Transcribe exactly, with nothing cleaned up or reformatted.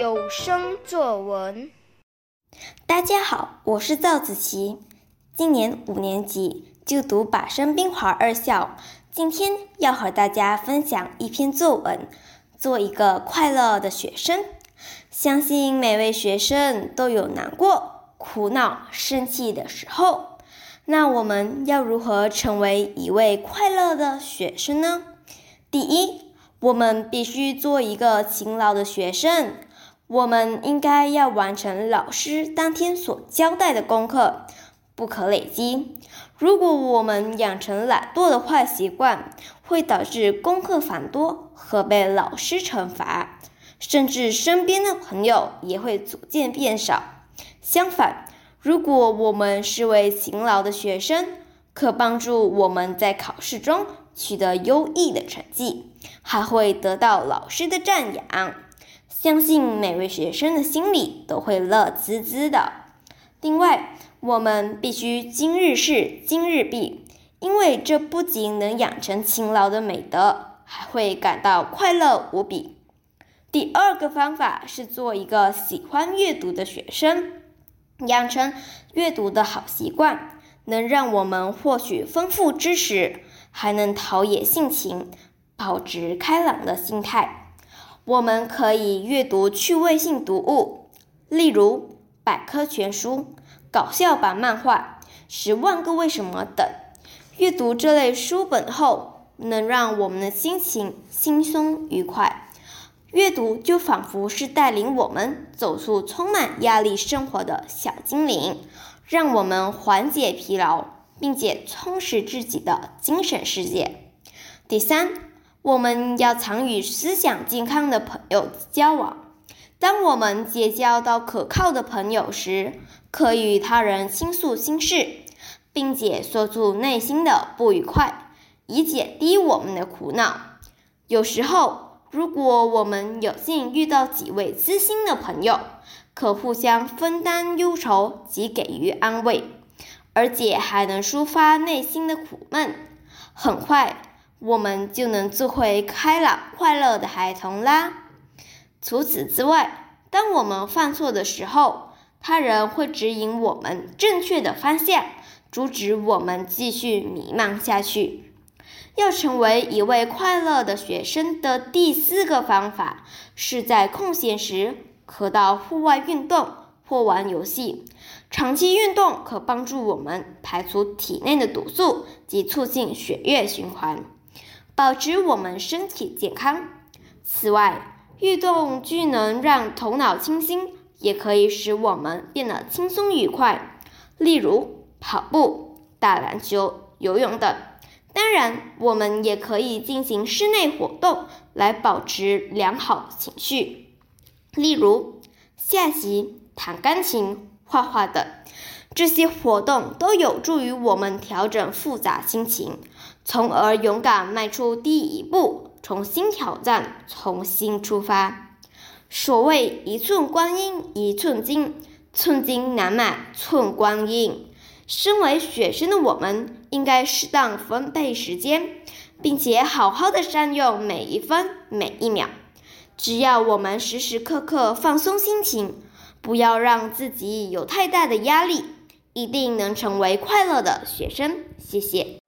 有声作文。 大家好，我是赵子琪，今年五年级，就读靶山滨华二校。今天要和大家分享一篇作文，做一个快乐的学生。相信每位学生都有难过、苦恼、生气的时候。那我们要如何成为一位快乐的学生呢？第一，我们必须做一个勤劳的学生。我们应该要完成老师当天所交代的功课，不可累积。如果我们养成懒惰的坏习惯，会导致功课繁多和被老师惩罚，甚至身边的朋友也会逐渐变少。相反，如果我们是位勤劳的学生，可帮助我们在考试中取得优异的成绩，还会得到老师的赞扬。相信每位学生的心里都会乐滋滋的。另外，我们必须今日事今日毕，因为这不仅能养成勤劳的美德，还会感到快乐无比。第二个方法是做一个喜欢阅读的学生。养成阅读的好习惯，能让我们获取丰富知识，还能陶冶性情，保持开朗的心态。我们可以阅读趣味性读物，例如百科全书、搞笑版漫画、十万个为什么等。阅读这类书本后，能让我们的心情轻松愉快。阅读就仿佛是带领我们走出充满压力生活的小精灵，让我们缓解疲劳，并且充实自己的精神世界。第三，我们要常与思想健康的朋友交往。当我们结交到可靠的朋友时，可与他人倾诉心事，并且说出内心的不愉快，以减低我们的苦恼。有时候，如果我们有幸遇到几位知心的朋友，可互相分担忧愁及给予安慰，而且还能抒发内心的苦闷，很快我们就能做回开朗快乐的孩童啦。除此之外，当我们犯错的时候，他人会指引我们正确的方向，阻止我们继续迷茫下去。要成为一位快乐的学生的第四个方法，是在空闲时可到户外运动或玩游戏。长期运动可帮助我们排除体内的毒素及促进血液循环，保持我们身体健康。此外，运动既能让头脑清新，也可以使我们变得轻松愉快，例如跑步、打篮球、游泳等。当然，我们也可以进行室内活动来保持良好情绪，例如下棋、弹钢琴、画画等。这些活动都有助于我们调整复杂心情，从而勇敢迈出第一步，重新挑战，重新出发。所谓一寸光阴一寸金，寸金难买寸光阴。身为学生的我们，应该适当分配时间，并且好好的善用每一分每一秒。只要我们时时刻刻放松心情，不要让自己有太大的压力，一定能成为快乐的学生。谢谢。